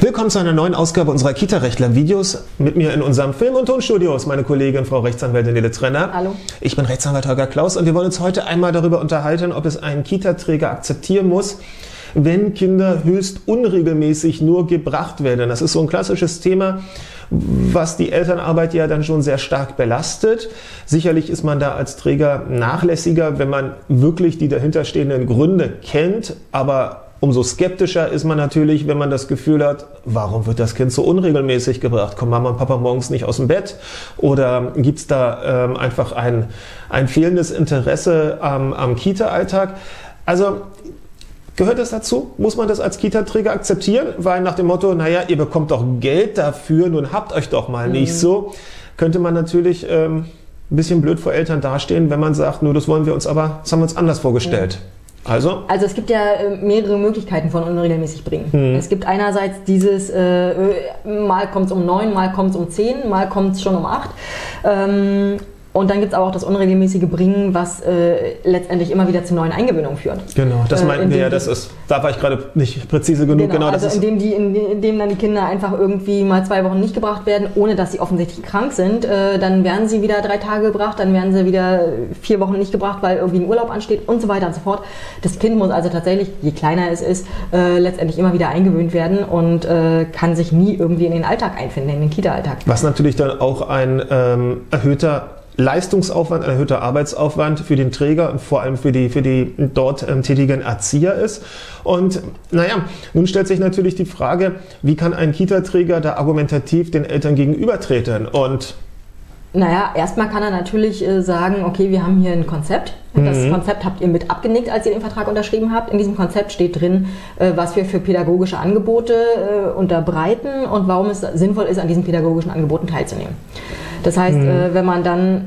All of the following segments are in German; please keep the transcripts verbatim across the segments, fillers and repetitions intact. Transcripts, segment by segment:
Willkommen zu einer neuen Ausgabe unserer Kita-Rechtler-Videos. Mit mir in unserem Film- und Tonstudio ist meine Kollegin Frau Rechtsanwältin Nele Trenner. Hallo. Ich bin Rechtsanwalt Holger Klaus und wir wollen uns heute einmal darüber unterhalten, ob es ein Kita-Träger akzeptieren muss, wenn Kinder höchst unregelmäßig nur gebracht werden. Das ist so ein klassisches Thema, was die Elternarbeit ja dann schon sehr stark belastet. Sicherlich ist man da als Träger nachlässiger, wenn man wirklich die dahinterstehenden Gründe kennt, aber umso skeptischer ist man natürlich, wenn man das Gefühl hat, warum wird das Kind so unregelmäßig gebracht? Kommen Mama und Papa morgens nicht aus dem Bett? Oder gibt es da ähm, einfach ein, ein fehlendes Interesse am, am Kita-Alltag? Also gehört das dazu? Muss man das als Kita-Träger akzeptieren? Weil nach dem Motto, naja, ihr bekommt doch Geld dafür, nun habt euch doch mal nicht so, könnte man natürlich ähm, ein bisschen blöd vor Eltern dastehen, wenn man sagt, nur das wollen wir uns aber, das haben wir uns anders vorgestellt. Mhm. Also? Also es gibt ja mehrere Möglichkeiten von unregelmäßig bringen. Hm. Es gibt einerseits dieses, äh, mal kommt es um neun, mal kommt es um zehn, mal kommt es schon um acht. Ähm, und dann gibt es aber auch das unregelmäßige Bringen, was äh, letztendlich immer wieder zu neuen Eingewöhnungen führt. Genau, das meinten äh, wir ja, das ist, da war ich gerade nicht präzise genug. Genau, genau also das indem, die, indem dann die Kinder einfach irgendwie mal zwei Wochen nicht gebracht werden, ohne dass sie offensichtlich krank sind. Äh, dann werden sie wieder drei Tage gebracht, dann werden sie wieder vier Wochen nicht gebracht, weil irgendwie ein Urlaub ansteht und so weiter und so fort. Das Kind muss also tatsächlich, je kleiner es ist, äh, letztendlich immer wieder eingewöhnt werden und äh, kann sich nie irgendwie in den Alltag einfinden, in den Kita-Alltag. Was natürlich dann auch ein ähm, erhöhter Leistungsaufwand, ein erhöhter Arbeitsaufwand für den Träger und vor allem für die, für die dort ähm, tätigen Erzieher ist. Und naja, nun stellt sich natürlich die Frage, wie kann ein Kita-Träger da argumentativ den Eltern gegenübertreten? Und Naja, erstmal kann er natürlich äh, sagen, okay, wir haben hier ein Konzept. Das mhm. Konzept habt ihr mit abgenickt, als ihr den Vertrag unterschrieben habt. In diesem Konzept steht drin, äh, was wir für pädagogische Angebote äh, unterbreiten und warum es sinnvoll ist, an diesen pädagogischen Angeboten teilzunehmen. Das heißt, mhm. äh, wenn man dann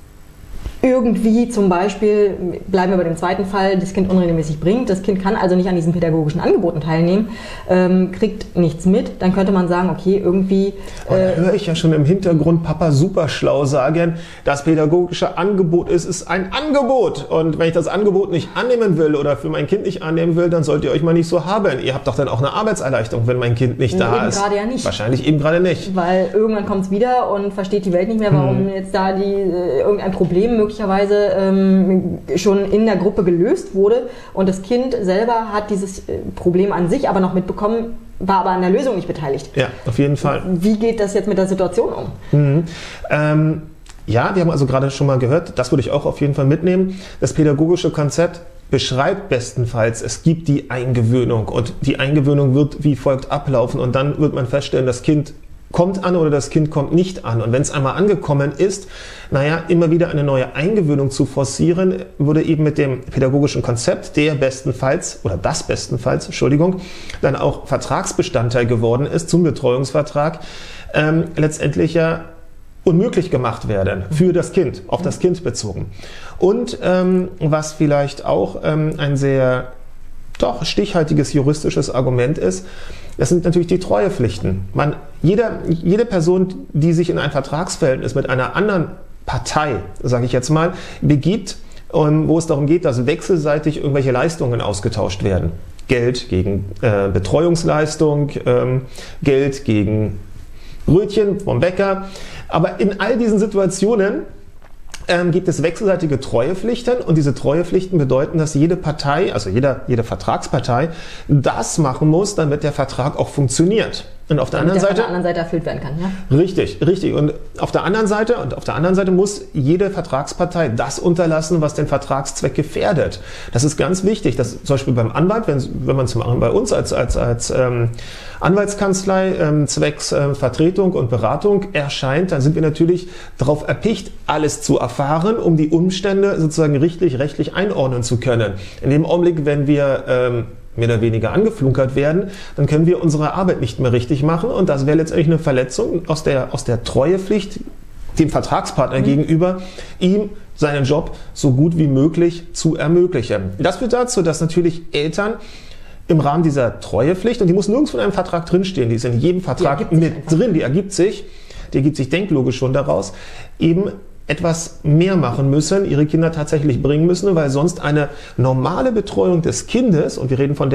irgendwie zum Beispiel, bleiben wir bei dem zweiten Fall, das Kind unregelmäßig bringt, das Kind kann also nicht an diesen pädagogischen Angeboten teilnehmen, ähm, kriegt nichts mit, dann könnte man sagen, okay, irgendwie... Äh, da höre ich ja schon im Hintergrund Papa super schlau sagen, das pädagogische Angebot ist, ist ein Angebot. Und wenn ich das Angebot nicht annehmen will oder für mein Kind nicht annehmen will, dann sollt ihr euch mal nicht so haben. Ihr habt doch dann auch eine Arbeitserleichterung, wenn mein Kind nicht da eben ist. Gerade ja nicht. Wahrscheinlich eben gerade nicht. Weil irgendwann kommt es wieder und versteht die Welt nicht mehr, warum hm. jetzt da die, äh, irgendein Problem möglicherweise möglicherweise ähm, schon in der Gruppe gelöst wurde und das Kind selber hat dieses Problem an sich aber noch mitbekommen, war aber an der Lösung nicht beteiligt. Ja, auf jeden Fall. Wie geht das jetzt mit der Situation um? Mhm. Ähm, ja, wir haben also gerade schon mal gehört, das würde ich auch auf jeden Fall mitnehmen, das pädagogische Konzept beschreibt bestenfalls, es gibt die Eingewöhnung und die Eingewöhnung wird wie folgt ablaufen und dann wird man feststellen, das Kind kommt an oder das Kind kommt nicht an. Und wenn es einmal angekommen ist, naja, immer wieder eine neue Eingewöhnung zu forcieren, würde eben mit dem pädagogischen Konzept, der bestenfalls, oder das bestenfalls, Entschuldigung, dann auch Vertragsbestandteil geworden ist zum Betreuungsvertrag, ähm, letztendlich ja unmöglich gemacht werden für das Kind, auf das Kind bezogen. Und ähm, was vielleicht auch ähm, ein sehr doch stichhaltiges juristisches Argument ist, das sind natürlich die Treuepflichten. Man, jeder, jede Person, die sich in ein Vertragsverhältnis mit einer anderen Partei, sage ich jetzt mal, begibt, um, wo es darum geht, dass wechselseitig irgendwelche Leistungen ausgetauscht werden. Geld gegen äh, Betreuungsleistung, ähm, Geld gegen Brötchen vom Bäcker. Aber in all diesen Situationen Ähm, gibt es wechselseitige Treuepflichten und diese Treuepflichten bedeuten, dass jede Partei, also jeder, jede Vertragspartei, das machen muss, damit der Vertrag auch funktioniert. Und auf der, anderen der Seite, von der anderen Seite erfüllt werden kann. Ja? Richtig, richtig. Und auf der anderen Seite und auf der anderen Seite muss jede Vertragspartei das unterlassen, was den Vertragszweck gefährdet. Das ist ganz wichtig. Das zum Beispiel beim Anwalt, wenn, wenn man zum bei uns als als als ähm, Anwaltskanzlei ähm, zwecks äh, Vertretung und Beratung erscheint, dann sind wir natürlich darauf erpicht, alles zu erfahren, um die Umstände sozusagen richtig rechtlich einordnen zu können. In dem Augenblick, wenn wir ähm, mehr oder weniger angeflunkert werden, dann können wir unsere Arbeit nicht mehr richtig machen und das wäre letztendlich eine Verletzung aus der, aus der Treuepflicht dem Vertragspartner mhm. gegenüber, ihm seinen Job so gut wie möglich zu ermöglichen. Das führt dazu, dass natürlich Eltern im Rahmen dieser Treuepflicht, und die muss nirgends in einem Vertrag drinstehen, die ist in jedem Vertrag mit einfach drin, die ergibt sich, die ergibt sich denklogisch schon daraus, eben etwas mehr machen müssen, ihre Kinder tatsächlich bringen müssen, weil sonst eine normale Betreuung des Kindes, und wir reden von der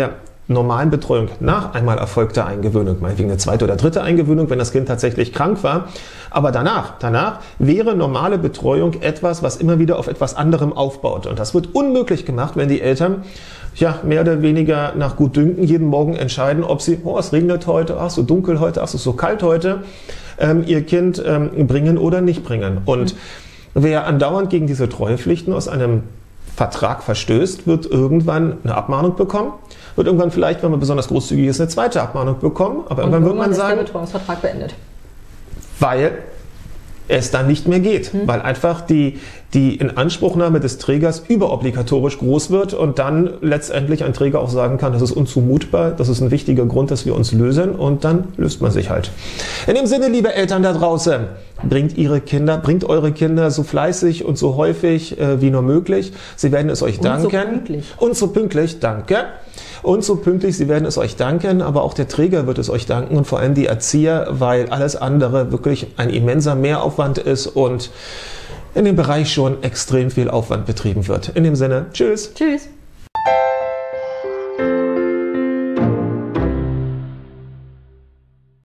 normalen Betreuung nach einmal erfolgter Eingewöhnung, meinetwegen eine zweite oder dritte Eingewöhnung, wenn das Kind tatsächlich krank war. Aber danach, danach wäre normale Betreuung etwas, was immer wieder auf etwas anderem aufbaut. Und das wird unmöglich gemacht, wenn die Eltern ja, mehr oder weniger nach Gutdünken jeden Morgen entscheiden, ob sie, oh, es regnet heute, ach, so dunkel heute, ach, es ist so kalt heute, ähm, ihr Kind ähm, bringen oder nicht bringen. Und mhm. wer andauernd gegen diese Treuepflichten aus einem Vertrag verstößt, wird irgendwann eine Abmahnung bekommen, wird irgendwann vielleicht, wenn man besonders großzügig ist, eine zweite Abmahnung bekommen, aber und irgendwann wird man ist sagen, der Betreuungsvertrag beendet. Weil es dann nicht mehr geht, hm. weil einfach die, die Inanspruchnahme des Trägers überobligatorisch groß wird und dann letztendlich ein Träger auch sagen kann, das ist unzumutbar, das ist ein wichtiger Grund, dass wir uns lösen und dann löst man sich halt. In dem Sinne, liebe Eltern da draußen, bringt ihre Kinder, bringt eure Kinder so fleißig und so häufig äh, wie nur möglich. Sie werden es euch danken. Und so pünktlich. Und so pünktlich, danke. Und so pünktlich, sie werden es euch danken, aber auch der Träger wird es euch danken und vor allem die Erzieher, weil alles andere wirklich ein immenser Mehraufwand ist und in dem Bereich schon extrem viel Aufwand betrieben wird. In dem Sinne, tschüss. Tschüss.